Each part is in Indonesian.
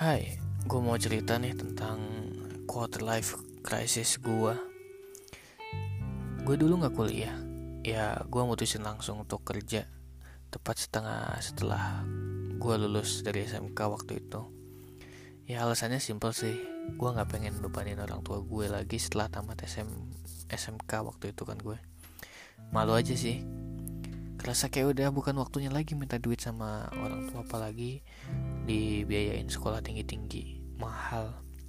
Hai, gue mau cerita nih tentang quarter life crisis gue. Gue dulu gak kuliah. Ya, gue mutusin langsung untuk kerja. Tepat setengah setelah gue lulus dari SMK waktu itu. Ya alasannya simpel sih. Gue gak pengen bebanin orang tua gue lagi setelah tamat SMK waktu itu kan gue. Malu aja sih. Kerasa kayak udah bukan waktunya lagi minta duit sama orang tua, apalagi dibiayain sekolah tinggi-tinggi, mahal.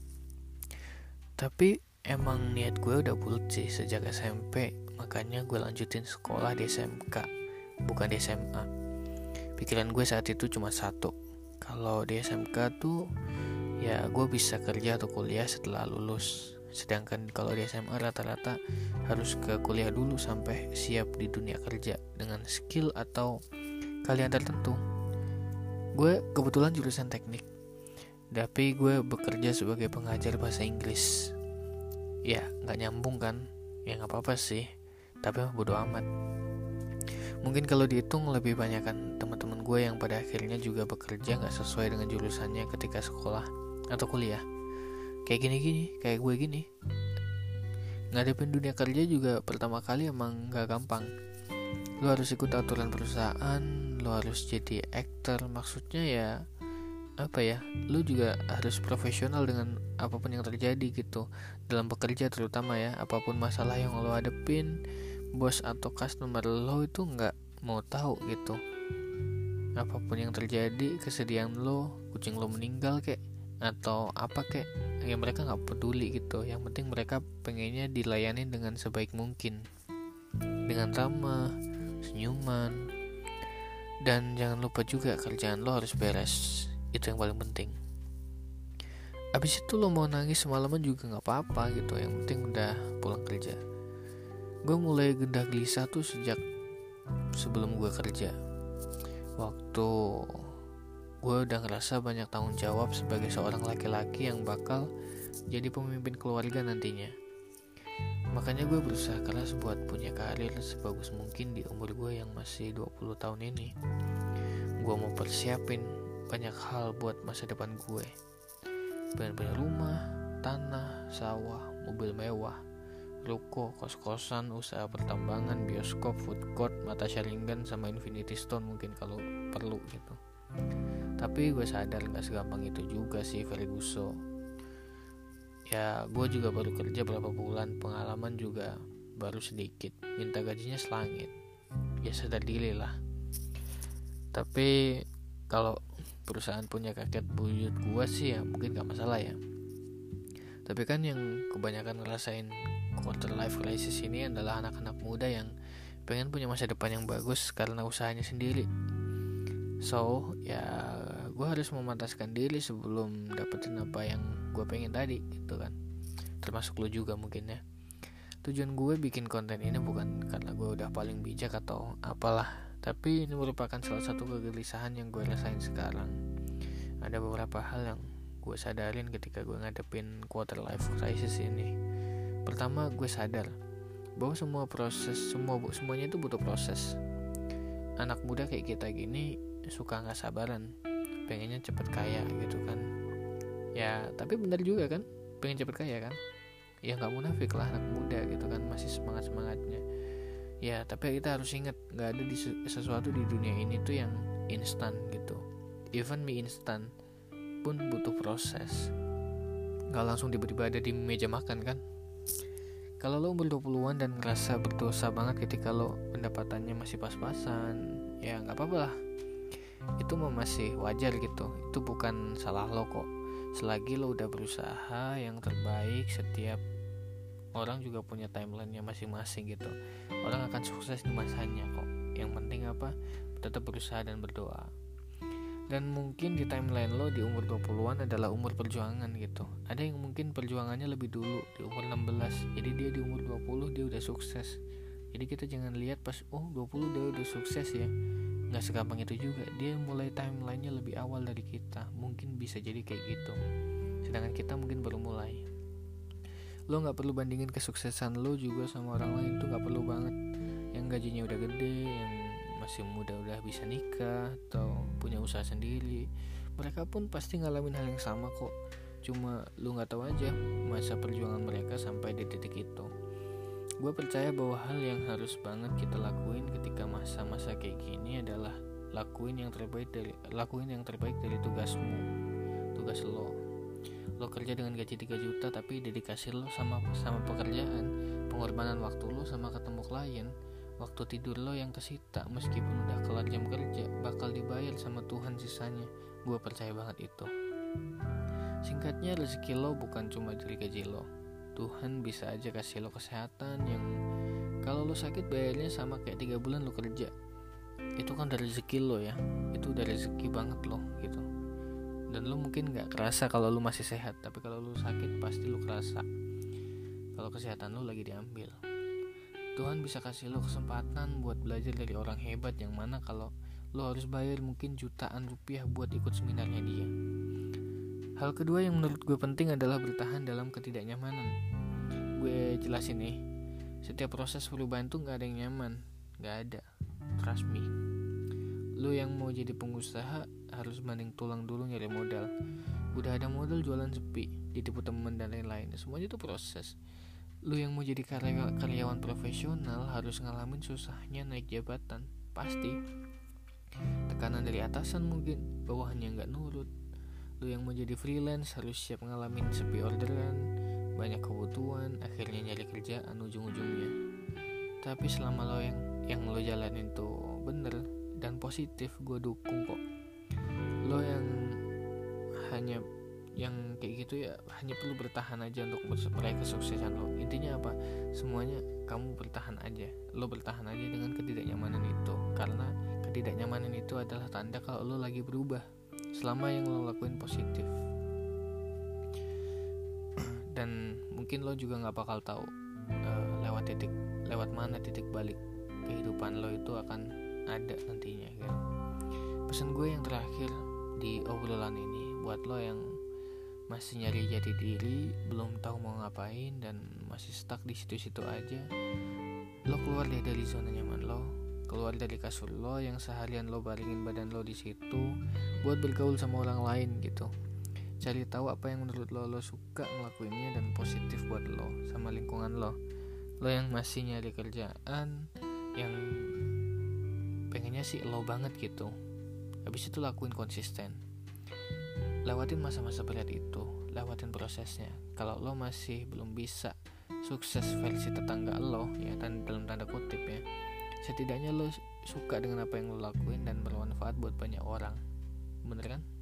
Tapi emang niat gue udah bulat sih sejak SMP, makanya gue lanjutin sekolah di SMK, bukan di SMA. Pikiran gue saat itu cuma satu, kalau di SMK tuh ya gue bisa kerja atau kuliah setelah lulus. Sedangkan kalau di SMA rata-rata harus ke kuliah dulu sampai siap di dunia kerja dengan skill atau kalian tertentu. Gue kebetulan jurusan teknik, tapi gue bekerja sebagai pengajar bahasa Inggris. Ya gak nyambung kan? Ya gak apa-apa sih, tapi bodo amat. Mungkin kalau dihitung lebih banyak kan teman-teman gue yang pada akhirnya juga bekerja gak sesuai dengan jurusannya ketika sekolah atau kuliah. Kayak gue gini. Ngadepin dunia kerja juga pertama kali emang gak gampang. Lo harus ikut aturan perusahaan, lo harus jadi aktor, maksudnya ya lo juga harus profesional dengan apapun yang terjadi gitu dalam bekerja, terutama ya, apapun masalah yang lo hadepin, bos atau customer lo itu nggak mau tahu gitu. Apapun yang terjadi, kesedihan lo, kucing lo meninggal kek atau apa kek, ya mereka nggak peduli gitu. Yang penting mereka pengennya dilayani dengan sebaik mungkin, dengan ramah, senyuman. Dan jangan lupa juga kerjaan lo harus beres. Itu yang paling penting. Abis itu lo mau nangis semalaman juga gak apa-apa gitu. Yang penting udah pulang kerja. Gue mulai gundah gelisah tuh sejak sebelum gue kerja. Waktu gue udah ngerasa banyak tanggung jawab sebagai seorang laki-laki yang bakal jadi pemimpin keluarga nantinya. Makanya gue berusaha keras buat punya karir sebagus mungkin di umur gue yang masih 20 tahun ini. Gue mau persiapin banyak hal buat masa depan gue. Pengen punya rumah, tanah, sawah, mobil mewah, ruko, kos-kosan, usaha pertambangan, bioskop, food court, mata Sharingan, sama Infinity Stone mungkin kalau perlu gitu. Tapi gue sadar gak segampang itu juga sih, Ferguso. Ya gue juga baru kerja berapa bulan, pengalaman juga baru sedikit, minta gajinya selangit. Ya sadar diri lah. Tapi kalau perusahaan punya kakek buyut gue sih ya mungkin gak masalah ya. Tapi kan yang kebanyakan ngerasain quarter life crisis ini adalah anak-anak muda yang pengen punya masa depan yang bagus karena usahanya sendiri. So ya gue harus memantaskan diri sebelum dapetin apa yang gue pengen tadi gitu kan. Termasuk lo juga mungkin ya. Tujuan gue bikin konten ini bukan karena gue udah paling bijak atau apalah, tapi ini merupakan salah satu kegelisahan yang gue rasain sekarang. Ada beberapa hal yang gue sadarin ketika gue ngadepin quarter life crisis ini. Pertama, gue sadar bahwa semuanya itu butuh proses. Anak muda kayak kita gini suka gak sabaran, pengennya cepet kaya gitu kan. Ya tapi benar juga kan, pengen cepet kaya kan. Ya gak munafik lah anak muda gitu kan, masih semangat-semangatnya. Ya tapi kita harus ingat, gak ada sesuatu di dunia ini tuh yang instan gitu. Even mie instan pun butuh proses. Gak langsung tiba-tiba ada di meja makan kan. Kalau lo umur 20-an dan ngerasa berdosa banget ketika lo pendapatannya masih pas-pasan, ya gak apa-apa lah. Itu masih wajar gitu. Itu bukan salah lo kok. Selagi lo udah berusaha yang terbaik. Setiap orang juga punya timeline-nya masing-masing gitu. Orang akan sukses di masanya kok. Yang penting apa? Tetap berusaha dan berdoa. Dan mungkin di timeline lo di umur 20-an adalah umur perjuangan gitu. Ada yang mungkin perjuangannya lebih dulu, di umur 16. Jadi dia di umur 20 dia udah sukses. Jadi kita jangan lihat pas 20 dia udah sukses ya. Gak segampang itu juga. Dia mulai timelinenya lebih awal dari kita. Mungkin bisa jadi kayak gitu. Sedangkan kita mungkin baru mulai. Lo gak perlu bandingin kesuksesan lo juga sama orang lain. Itu gak perlu banget. Yang gajinya udah gede, yang masih muda udah bisa nikah atau punya usaha sendiri, Mereka pun pasti ngalamin hal yang sama kok. Cuma lu gak tahu aja masa perjuangan mereka sampai di titik itu. Gue percaya bahwa hal yang harus banget kita lakuin ketika masa-masa kayak gini adalah lakuin yang terbaik dari tugas lo. Lo kerja dengan gaji 3 juta tapi dedikasi lo sama pekerjaan, pengorbanan waktu lo sama ketemu klien, waktu tidur lo yang kesita meskipun udah kelar jam kerja bakal dibayar sama Tuhan sisanya. Gue percaya banget itu. Singkatnya, rezeki lo bukan cuma dari gaji lo. Tuhan bisa aja kasih lo kesehatan yang kalau lo sakit bayarnya sama kayak 3 bulan lo kerja. Itu kan dari rezeki lo ya. Itu dari rezeki banget lo gitu. Dan lo mungkin gak kerasa kalau lo masih sehat, tapi kalau lo sakit pasti lo kerasa kalau kesehatan lo lagi diambil. Tuhan bisa kasih lo kesempatan buat belajar dari orang hebat yang mana kalau lo harus bayar mungkin jutaan rupiah buat ikut seminarnya dia. Hal kedua yang menurut gue penting adalah bertahan dalam ketidaknyamanan. Gue jelasin nih, setiap proses perubahan tuh gak ada yang nyaman. Gak ada, trust me. Lu yang mau jadi pengusaha harus banding tulang dulu nyari modal. Udah ada modal jualan sepi, ditipu temen dan lain-lain. Semuanya itu proses. Lu yang mau jadi karyawan profesional harus ngalamin susahnya naik jabatan. Pasti tekanan dari atasan mungkin, bawahannya gak nurut. Lu yang mau jadi freelance harus siap ngalamin sepi orderan, banyak kebutuhan, akhirnya nyari kerjaan ujung-ujungnya. Tapi selama lo yang lo jalanin tuh bener dan positif, gue dukung kok. Lo yang kayak gitu ya hanya perlu bertahan aja untuk meraih kesuksesan lo. Intinya apa? Semuanya kamu bertahan aja. Lo bertahan aja dengan ketidaknyamanan itu, karena ketidaknyamanan itu adalah tanda kalau lo lagi berubah selama yang lo lakuin positif. Dan mungkin lo juga gak bakal tahu lewat mana titik balik kehidupan lo itu akan ada nantinya kan. Pesan gue yang terakhir di obrolan ini buat lo yang masih nyari jati diri, belum tahu mau ngapain dan masih stuck di situ-situ aja, lo keluar deh dari zona nyaman lo, keluar dari kasur lo yang seharian lo baringin badan lo di situ buat bergaul sama orang lain gitu. Cari tahu apa yang menurut lo suka ngelakuinnya dan positif buat lo sama lingkungan lo. Lo yang masih nyari kerjaan yang pengennya sih lo banget gitu, habis itu lakuin konsisten. Lewatin masa-masa berat itu, lewatin prosesnya. Kalau lo masih belum bisa sukses versi tetangga lo ya, dalam tanda kutip ya, setidaknya lo suka dengan apa yang lo lakuin dan bermanfaat buat banyak orang. Bener kan?